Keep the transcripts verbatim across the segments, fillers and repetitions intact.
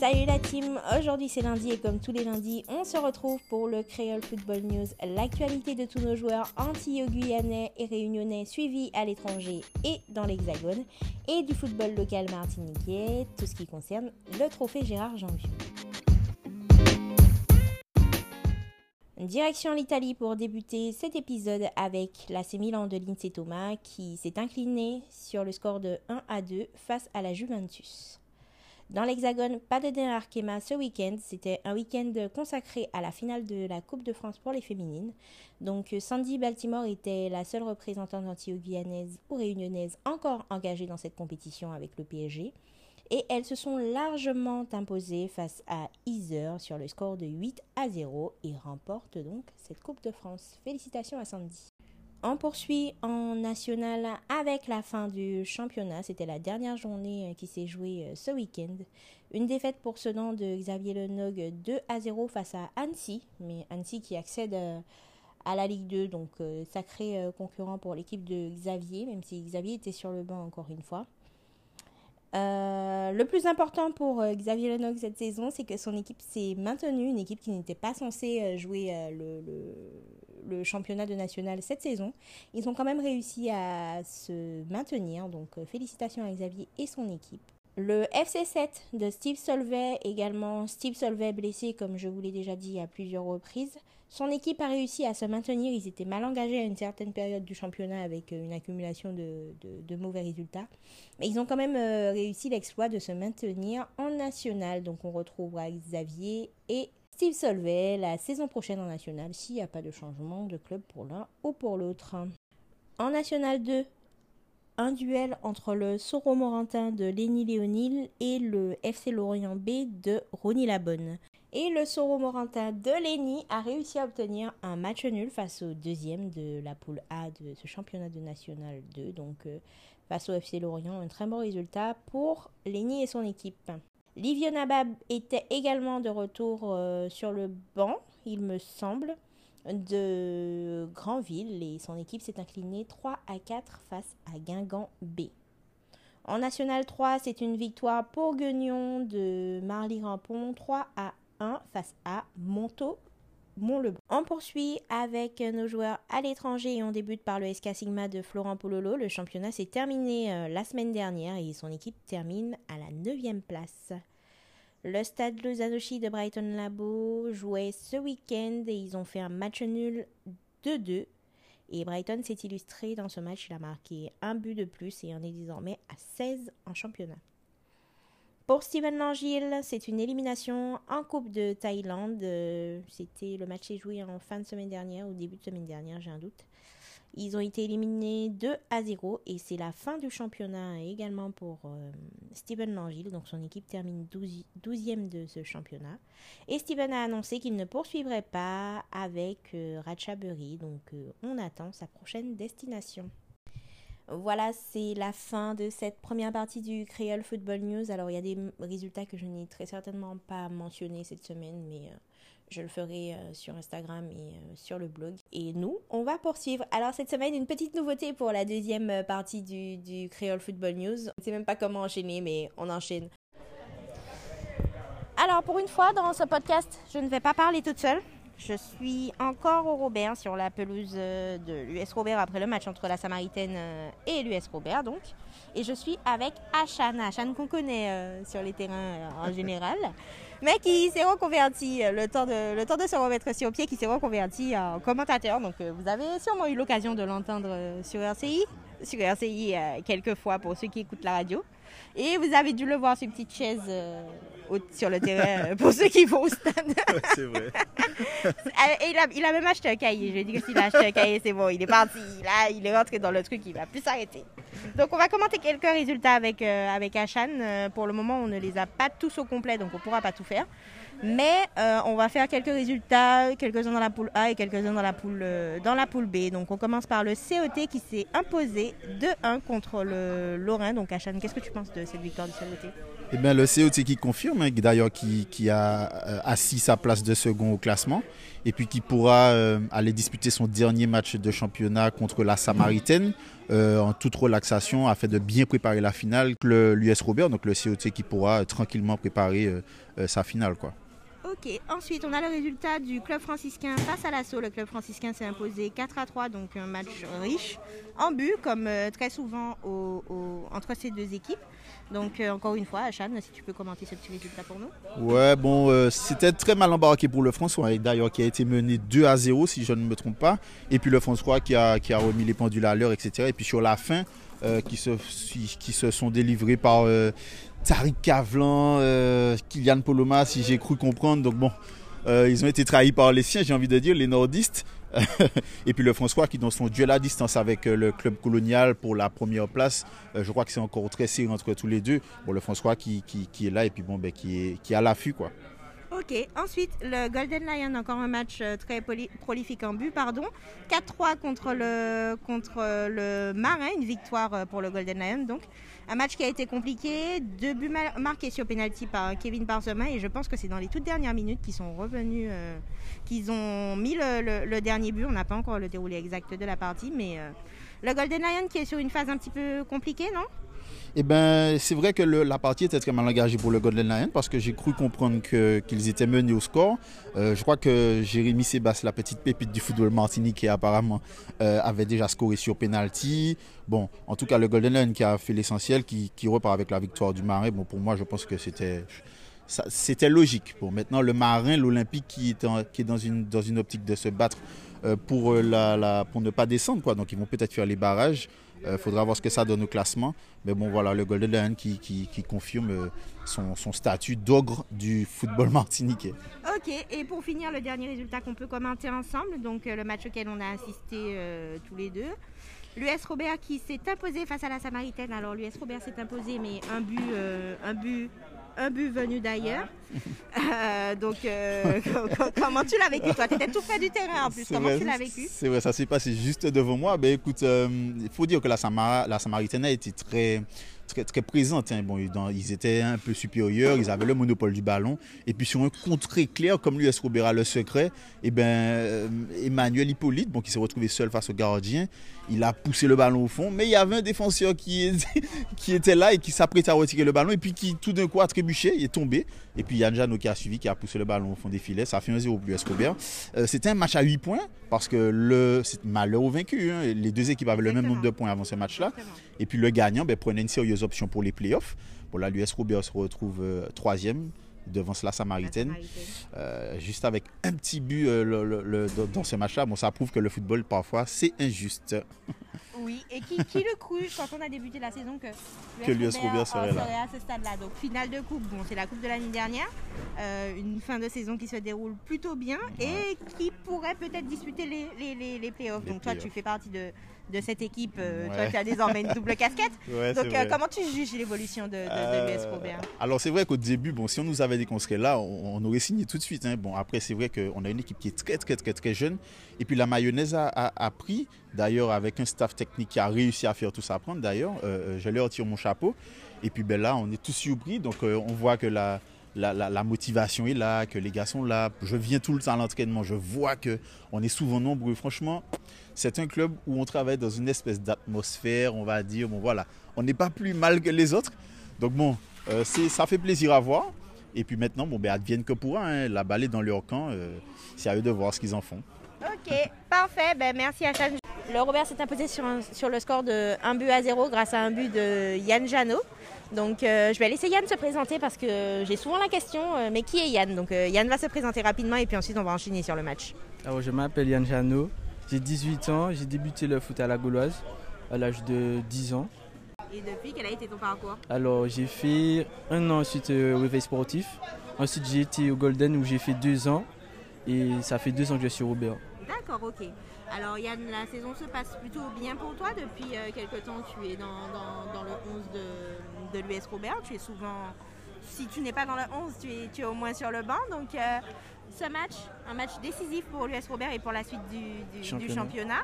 Salut la team, aujourd'hui c'est lundi et comme tous les lundis, on se retrouve pour le Creole Football News, l'actualité de tous nos joueurs antillais-guyanais et réunionnais suivis à l'étranger et dans l'Hexagone, et du football local martiniquais, tout ce qui concerne le trophée Gérard Janvier. Direction l'Italie pour débuter cet épisode avec l'A C Milan de Lindsay Thomas qui s'est incliné sur le score de un à deux face à la Juventus. Dans l'Hexagone, pas de démarquement ce week-end. C'était un week-end consacré à la finale de la Coupe de France pour les féminines. Donc Sandy Baltimore était la seule représentante antille-guyanaise ou réunionnaise encore engagée dans cette compétition avec le P S G. Et elles se sont largement imposées face à Yzeure sur le score de huit à zéro et remportent donc cette Coupe de France. Félicitations à Sandy. On poursuit en national avec la fin du championnat. C'était la dernière journée qui s'est jouée ce week-end. Une défaite pour Sedan de Xavier Lenogue deux à zéro face à Annecy. Mais Annecy qui accède à la Ligue deux, donc sacré concurrent pour l'équipe de Xavier, même si Xavier était sur le banc encore une fois. Euh, le plus important pour euh, Xavier Lenogue cette saison, c'est que son équipe s'est maintenue, une équipe qui n'était pas censée euh, jouer euh, le, le, le championnat de national cette saison. Ils ont quand même réussi à se maintenir, donc euh, félicitations à Xavier et son équipe. Le F C sept de Steve Solvay, également Steve Solvay blessé comme je vous l'ai déjà dit à plusieurs reprises. Son équipe a réussi à se maintenir, ils étaient mal engagés à une certaine période du championnat avec une accumulation de, de, de mauvais résultats. Mais ils ont quand même euh, réussi l'exploit de se maintenir en national. Donc on retrouvera Xavier et Steve Solvay la saison prochaine en national s'il n'y a pas de changement de club pour l'un ou pour l'autre. En national deux, un duel entre le Soro-Morantin de Lénie Léonil et le F C Lorient B de Rony Labonne. Et le Soro-Morantin de Lénie a réussi à obtenir un match nul face au deuxième de la poule A de ce championnat de National deux. Donc euh, face au F C Lorient, un très bon résultat pour Lénie et son équipe. Livio Nabab était également de retour euh, sur le banc, il me semble, de Granville. Et son équipe s'est inclinée trois à quatre face à Guingamp B. En National trois, c'est une victoire pour Guignon de Marly-Rampon, trois à un face à Montaut Mont-le-Blanc. On poursuit avec nos joueurs à l'étranger et on débute par le S K Sigma de Florent Pololo. Le championnat s'est terminé euh, la semaine dernière et son équipe termine à la neuvième place. Le Stade Lozanochi de Brighton Labo jouait ce week-end et ils ont fait un match nul deux deux. Et Brighton s'est illustré dans ce match, il a marqué un but de plus et en est désormais à seize en championnat. Pour Steven Langille, c'est une élimination en Coupe de Thaïlande. C'était le match est joué en fin de semaine dernière ou début de semaine dernière, j'ai un doute. Ils ont été éliminés deux à zéro et c'est la fin du championnat également pour euh, Steven Langille. Donc son équipe termine douzième de ce championnat. Et Steven a annoncé qu'il ne poursuivrait pas avec euh, Ratchaburi. Donc euh, on attend sa prochaine destination. Voilà, c'est la fin de cette première partie du Creole Football News. Alors, il y a des résultats que je n'ai très certainement pas mentionnés cette semaine, mais euh, je le ferai euh, sur Instagram et euh, sur le blog. Et nous, on va poursuivre. Alors, cette semaine, une petite nouveauté pour la deuxième partie du, du Creole Football News. Je ne sais même pas comment enchaîner, mais on enchaîne. Alors, pour une fois, dans ce podcast, je ne vais pas parler toute seule. Je suis encore au Robert sur la pelouse de l'U S Robert après le match entre la Samaritaine et l'U S Robert donc. Et je suis avec Achan, Achan qu'on connaît euh, sur les terrains euh, en général, mais qui s'est reconverti, le temps, de, le temps de se remettre sur pied, qui s'est reconverti en commentateur. Donc euh, vous avez sûrement eu l'occasion de l'entendre sur R C I, sur R C I euh, quelques fois pour ceux qui écoutent la radio. Et vous avez dû le voir sur une petite chaise euh, au, sur le terrain euh, pour ceux qui vont au stade. Ouais, c'est vrai. Et il, a, il a même acheté un cahier. Je lui ai dit que s'il a acheté un cahier, c'est bon, il est parti. Là, il est rentré dans le truc, il ne va plus s'arrêter. Donc, on va commenter quelques résultats avec, euh, avec Achan. Euh, pour le moment, on ne les a pas tous au complet, donc on ne pourra pas tout faire. Mais euh, on va faire quelques résultats, quelques-uns dans la poule A et quelques-uns dans la poule, euh, dans la poule B. Donc, on commence par le C O T qui s'est imposé deux un contre le Lorrain. Donc, Achan, qu'est-ce que tu penses de cette victoire du C O T ? Eh bien, le C O T qui confirme, hein, d'ailleurs qui, qui a euh, assis sa place de second au classement et puis qui pourra euh, aller disputer son dernier match de championnat contre la Samaritaine euh, en toute relaxation afin de bien préparer la finale. L'U S Robert, donc le C O T qui pourra euh, tranquillement préparer euh, euh, sa finale, quoi. Ok, ensuite on a le résultat du club franciscain face à l'Assaut. Le club franciscain s'est imposé quatre à trois, donc un match riche en but, comme euh, très souvent au, au, entre ces deux équipes. Donc euh, encore une fois, Achan, si tu peux commenter ce petit résultat pour nous. Ouais, bon, euh, c'était très mal embarqué pour le François, d'ailleurs qui a été mené deux à zéro si je ne me trompe pas. Et puis le François qui a, qui a remis les pendules à l'heure, et cetera. Et puis sur la fin, euh, qui, se, qui se sont délivrés par... Euh, Tariq Cavlan, euh, Kylian Poloma, si j'ai cru comprendre. Donc bon, euh, ils ont été trahis par les siens, j'ai envie de dire, les nordistes. Et puis le François qui, dans son duel à distance avec le club colonial pour la première place, euh, je crois que c'est encore très serré entre tous les deux. Bon, le François qui, qui, qui est là et puis bon, ben, qui est, qui est à l'affût, quoi. Ok, ensuite le Golden Lion, encore un match très poli- prolifique en but, pardon. quatre trois contre le, contre le Marin, une victoire pour le Golden Lion donc. Un match qui a été compliqué, deux buts mar- marqués sur penalty par Kevin Parsema et je pense que c'est dans les toutes dernières minutes qu'ils sont revenus, euh, qu'ils ont mis le, le, le dernier but. On n'a pas encore le déroulé exact de la partie, mais euh, le Golden Lion qui est sur une phase un petit peu compliquée, non ? Eh ben, c'est vrai que le, la partie était très mal engagée pour le Golden Lion parce que j'ai cru comprendre que, qu'ils étaient menés au score. Euh, je crois que Jérémy Sébastien, la petite pépite du football martiniquais, apparemment, euh, avait déjà scoré sur penalty. Bon, en tout cas, le Golden Lion qui a fait l'essentiel, qui, qui repart avec la victoire du Marin. Bon, pour moi, je pense que c'était, ça, c'était logique. Bon, maintenant, le Marin, l'Olympique qui est, en, qui est dans, une, dans une optique de se battre euh, pour, la, la, pour ne pas descendre, quoi. Donc, ils vont peut-être faire les barrages. Il euh, faudra voir ce que ça donne au classement. Mais bon, voilà, le Golden Lion qui, qui, qui confirme son, son statut d'ogre du football martiniquais. Ok, et pour finir, le dernier résultat qu'on peut commenter ensemble, donc euh, le match auquel on a assisté euh, tous les deux. L'U S Robert qui s'est imposé face à la Samaritaine. Alors l'U S Robert s'est imposé, mais un but, euh, un but, un but venu d'ailleurs. Euh, donc euh, comment tu l'as vécu toi? Tu étais tout près du terrain en plus. C'est comment vrai, tu l'as vécu? C'est vrai, ça s'est passé juste devant moi. Ben écoute, euh, il faut dire que la, Samara, la Samaritaine a été très... Très, très présente. Hein. Bon, dans, ils étaient un peu supérieurs, ils avaient le monopole du ballon. Et puis sur un contre éclair, comme l'U S Robert a le secret, et ben, euh, Emmanuel Hippolyte, bon, qui s'est retrouvé seul face au gardien, il a poussé le ballon au fond. Mais il y avait un défenseur qui était, qui était là et qui s'apprêtait à retirer le ballon. Et puis qui tout d'un coup a trébuché, il est tombé. Et puis Yann Jano qui a suivi, qui a poussé le ballon au fond des filets. Ça a fait un zéro pour l'U S Robert. Euh, c'était un match à huit points parce que le, c'est malheur au vaincu. Hein. Les deux équipes avaient Exactement. le même nombre de points avant ce match-là. Exactement. Et puis le gagnant ben, prenait une sérieuse option pour les playoffs. Bon, là, l'U S Robert se retrouve euh, troisième devant la Samaritaine. La Samaritaine. Euh, juste avec un petit but euh, le, le, le, dans ce match-là. Bon, ça prouve que le football, parfois, c'est injuste. Oui, et qui, qui le crut quand on a débuté la saison que l'U S Robert serait, serait à ce stade-là. Donc finale de coupe, bon, c'est la coupe de l'année dernière, euh, une fin de saison qui se déroule plutôt bien ouais. et qui pourrait peut-être disputer les, les, les, les playoffs. Les Donc play toi, tu fais partie de, de cette équipe, euh, ouais. toi tu as désormais une double casquette. Ouais, Donc euh, comment tu juges l'évolution de, de, euh, de l'U S Robert? Alors c'est vrai qu'au début, bon, si on nous avait dit qu'on serait là, on, on aurait signé tout de suite. Hein. Bon, après c'est vrai qu'on a une équipe qui est très très très très jeune et puis la mayonnaise a, a, a pris, d'ailleurs avec un staff technique qui a réussi à faire tout ça prendre d'ailleurs, euh, je leur tire mon chapeau et puis ben là on est tous surpris donc euh, on voit que la, la, la, la motivation est là, que les gars sont là, je viens tout le temps à l'entraînement, je vois qu'on est souvent nombreux, franchement c'est un club où on travaille dans une espèce d'atmosphère, on va dire, bon voilà, on n'est pas plus mal que les autres, donc bon, euh, c'est, ça fait plaisir à voir et puis maintenant, bon ben advienne que pourra, hein, la balle est dans leur camp, euh, c'est à eux de voir ce qu'ils en font. Ok, parfait, ben merci Achan. Le Robert s'est imposé sur, un, sur le score de un but à zéro grâce à un but de Yann Jano. Donc euh, je vais laisser Yann se présenter parce que j'ai souvent la question, euh, mais qui est Yann? Donc euh, Yann va se présenter rapidement et puis ensuite on va enchaîner sur le match. Alors, je m'appelle Yann Jano, j'ai dix-huit ans, j'ai débuté le foot à la Gauloise à l'âge de dix ans. Et depuis, quel a été ton parcours? Alors j'ai fait un an ensuite euh, au réveil sportif, ensuite j'ai été au Golden où j'ai fait deux ans et ça fait deux ans que je suis au Robert. D'accord, ok. Alors Yann, la saison se passe plutôt bien pour toi. Depuis euh, quelques temps, tu es dans, dans, dans le onze de, de l'U S Robert. Tu es souvent, si tu n'es pas dans le onze, tu es, tu es au moins sur le banc. Donc euh, ce match, un match décisif pour l'U S Robert et pour la suite du, du championnat. Du championnat.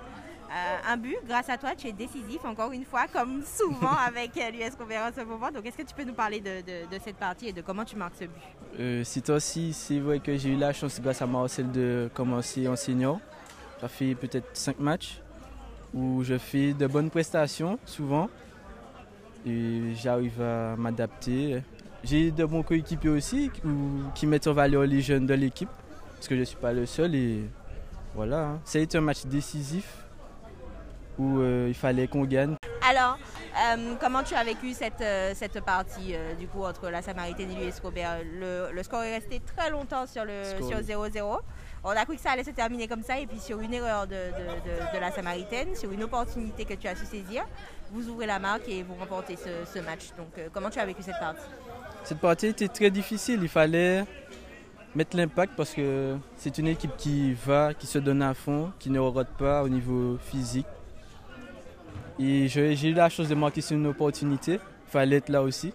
Euh, un but, grâce à toi, tu es décisif, encore une fois, comme souvent avec l'U S Robert en ce moment. Donc, est-ce que tu peux nous parler de, de, de cette partie et de comment tu marques ce but? Euh, c'est aussi, c'est vrai que j'ai eu la chance, grâce à Marcel, de commencer en senior. Ça fait peut-être cinq matchs où je fais de bonnes prestations, souvent. Et j'arrive à m'adapter. J'ai de bons coéquipiers aussi où, qui mettent en valeur les jeunes de l'équipe, parce que je ne suis pas le seul. Et voilà, hein. Ça a été un match décisif où euh, il fallait qu'on gagne. Alors, euh, comment tu as vécu cette, euh, cette partie euh, du coup entre la Samaritaine et l'U S Robert? le, le score est resté très longtemps sur, le, sur zéro zéro. On a cru que ça allait se terminer comme ça et puis sur une erreur de, de, de, de la Samaritaine, sur une opportunité que tu as su saisir, vous ouvrez la marque et vous remportez ce, ce match. Donc euh, comment tu as vécu cette partie? Cette partie était très difficile, il fallait mettre l'impact parce que c'est une équipe qui va, qui se donne à fond, qui ne rate pas au niveau physique. Et j'ai eu la chance de marquer sur une opportunité, il fallait être là aussi.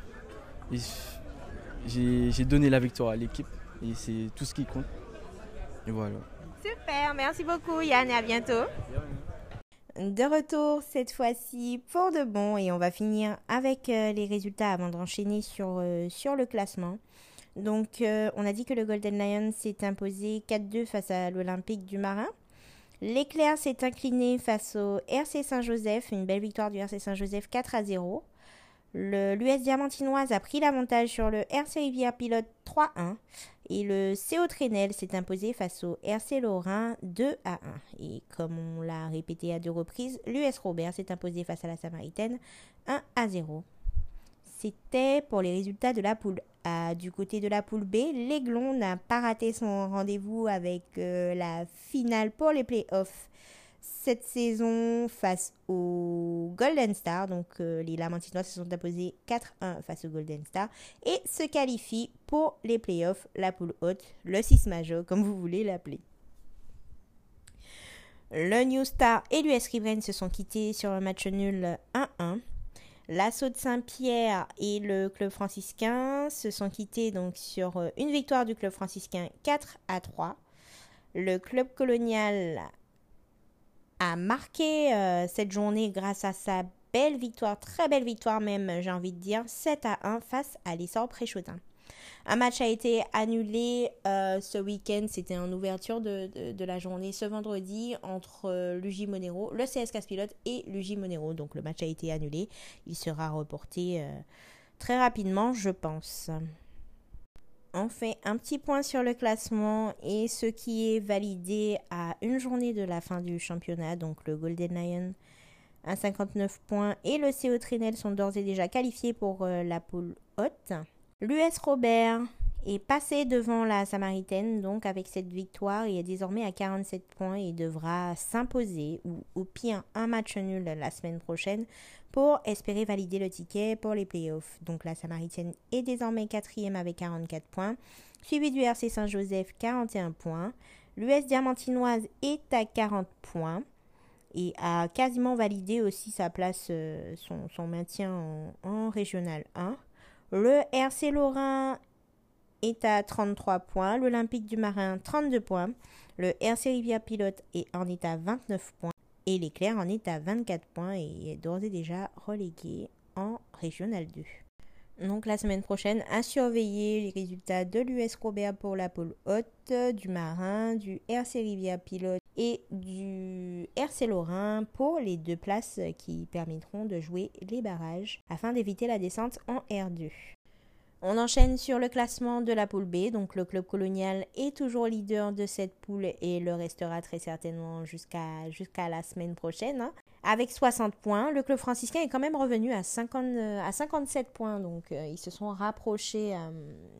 J'ai donné la victoire à l'équipe et c'est tout ce qui compte. Et voilà. Super, merci beaucoup Yann et à bientôt. De retour cette fois-ci pour de bon et on va finir avec euh, les résultats avant d'enchaîner sur, euh, sur le classement. Donc euh, on a dit que le Golden Lion s'est imposé quatre deux face à l'Olympique du Marin. L'Éclair s'est incliné face au R C Saint-Joseph, une belle victoire du R C Saint-Joseph quatre à zéro. L'U S Diamantinoise a pris l'avantage sur le R C Rivière Pilote trois un. Et le C O Trenel s'est imposé face au R C Lorrain deux à un. Et comme on l'a répété à deux reprises, l'U S Robert s'est imposé face à la Samaritaine un à zéro. C'était pour les résultats de la poule A. Du côté de la poule B, l'Aiglon n'a pas raté son rendez-vous avec euh, la finale pour les playoffs cette saison face au Golden Star. Donc euh, les Lamentinois se sont imposés quatre un face au Golden Star et se qualifient pour les playoffs, la poule haute, le six major comme vous voulez l'appeler. Le New Star et l'U S Riveraines se sont quittés sur un match nul un un. L'Assaut de Saint-Pierre et le club franciscain se sont quittés donc sur une victoire du club franciscain quatre à trois. Le club colonial a marqué euh, cette journée grâce à sa belle victoire, très belle victoire même, j'ai envie de dire, sept à un face à l'Essor Préchotin. Un match a été annulé euh, ce week-end, c'était en ouverture de, de, de la journée ce vendredi entre euh, l'U J Monero, le C S Casse-Pilote et l'U J Monero. Donc le match a été annulé, il sera reporté euh, très rapidement je pense. On fait un petit point sur le classement et ce qui est validé à une journée de la fin du championnat. Donc le Golden Lion à cinquante-neuf points et le C O Trenel sont d'ores et déjà qualifiés pour euh, la poule haute. L'U S Robert est passé devant la Samaritaine donc avec cette victoire et est désormais à quarante-sept points et devra s'imposer ou au pire un match nul la semaine prochaine pour espérer valider le ticket pour les playoffs. Donc la Samaritaine est désormais quatrième avec quarante-quatre points, suivi du R C Saint-Joseph quarante et un points. L'U S Diamantinoise est à quarante points et a quasiment validé aussi sa place, euh, son, son maintien en, en Régional un. Le R C Lorrain est à trente-trois points, l'Olympique du Marin trente-deux points, le R C Rivière Pilote est, en est à vingt-neuf points et l'Éclair en est à vingt-quatre points et est d'ores et déjà relégué en Régional deux. Donc la semaine prochaine, à surveiller les résultats de l'U S Robert pour la pôle haute, du Marin, du R C Rivière Pilote et du R C Lorrain pour les deux places qui permettront de jouer les barrages afin d'éviter la descente en R deux. On enchaîne sur le classement de la poule B, donc le club colonial est toujours leader de cette poule et le restera très certainement jusqu'à, jusqu'à la semaine prochaine. Hein. Avec soixante points, le club franciscain est quand même revenu à, cinquante, à cinquante-sept points, donc euh, ils se sont rapprochés euh,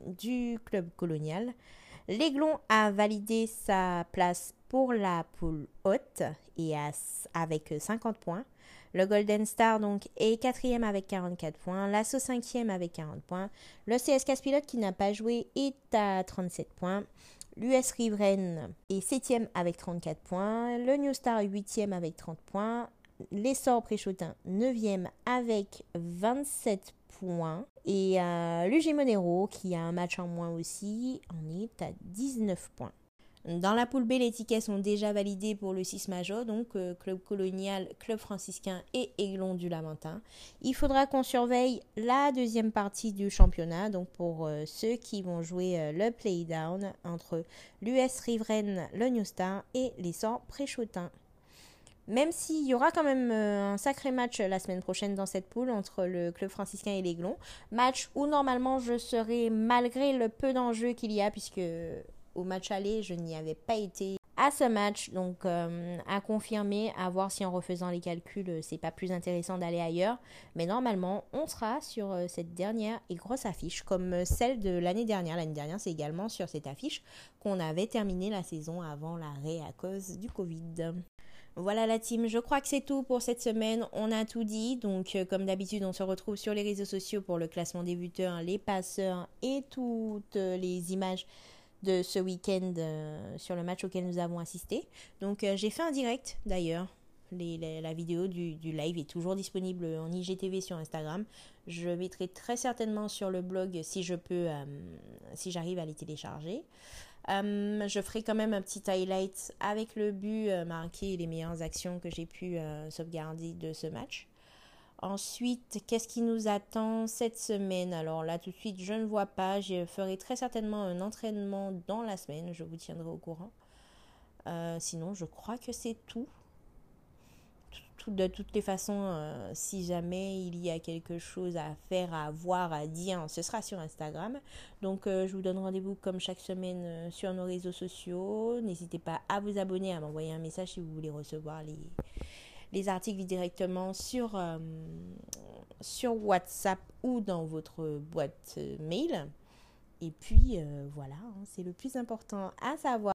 du club colonial. L'Aiglon a validé sa place pour la poule haute et a, avec cinquante points. Le Golden Star donc est quatrième avec quarante-quatre points, l'Assaut cinquième avec quarante points, le C S Casse-Pilote qui n'a pas joué est à trente-sept points, l'U S Riveraines est septième avec trente-quatre points, le New Star est huitième avec trente points, l'Essor Préchotin neuvième avec vingt-sept points et euh, l'U J Monero qui a un match en moins aussi en est à dix-neuf points. Dans la poule B, les tickets sont déjà validés pour le six major, donc euh, Club Colonial, Club Franciscain et Aiglon du Lamentin. Il faudra qu'on surveille la deuxième partie du championnat, donc pour euh, ceux qui vont jouer euh, le play-down entre l'U S Riveraines, le New Star et les Sorts Préchotin. Même s'il y aura quand même euh, un sacré match la semaine prochaine dans cette poule entre le Club Franciscain et l'Aiglon. Match où normalement je serai, malgré le peu d'enjeux qu'il y a, puisque au match aller je n'y avais pas été à ce match. Donc euh, à confirmer, à voir si en refaisant les calculs c'est pas plus intéressant d'aller ailleurs. Mais normalement on sera sur euh, cette dernière et grosse affiche comme celle de l'année dernière. L'année dernière c'est également sur cette affiche qu'on avait terminé la saison avant l'arrêt à cause du Covid. Voilà la team, je crois que c'est tout pour cette semaine, on a tout dit, donc euh, comme d'habitude on se retrouve sur les réseaux sociaux pour le classement des buteurs, les passeurs et toutes les images de ce week-end euh, sur le match auquel nous avons assisté. Donc euh, j'ai fait un direct d'ailleurs, les, les, la vidéo du, du live est toujours disponible en I G T V sur Instagram, je mettrai très certainement sur le blog si je peux, euh, si j'arrive à les télécharger. Um, je ferai quand même un petit highlight avec le but euh, marqué et les meilleures actions que j'ai pu euh, sauvegarder de ce match. Ensuite, qu'est-ce qui nous attend cette semaine? Alors là, tout de suite, je ne vois pas. Je ferai très certainement un entraînement dans la semaine. Je vous tiendrai au courant. Euh, sinon, je crois que c'est tout. De toutes les façons, euh, si jamais il y a quelque chose à faire, à voir, à dire, ce sera sur Instagram. Donc, euh, je vous donne rendez-vous comme chaque semaine euh, sur nos réseaux sociaux. N'hésitez pas à vous abonner, à m'envoyer un message si vous voulez recevoir les, les articles directement sur, euh, sur WhatsApp ou dans votre boîte mail. Et puis, euh, voilà, hein, c'est le plus important à savoir.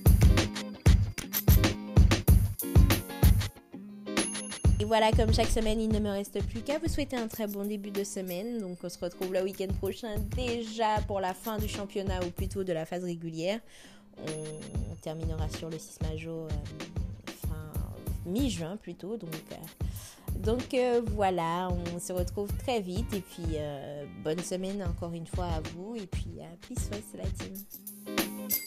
Et voilà, comme chaque semaine, il ne me reste plus qu'à vous souhaiter un très bon début de semaine. Donc on se retrouve le week-end prochain déjà pour la fin du championnat ou plutôt de la phase régulière. On terminera sur le six major euh, fin mi-juin plutôt. Donc, euh, donc euh, voilà, on se retrouve très vite. Et puis euh, bonne semaine encore une fois à vous. Et puis à plus, ouais, c'est la team.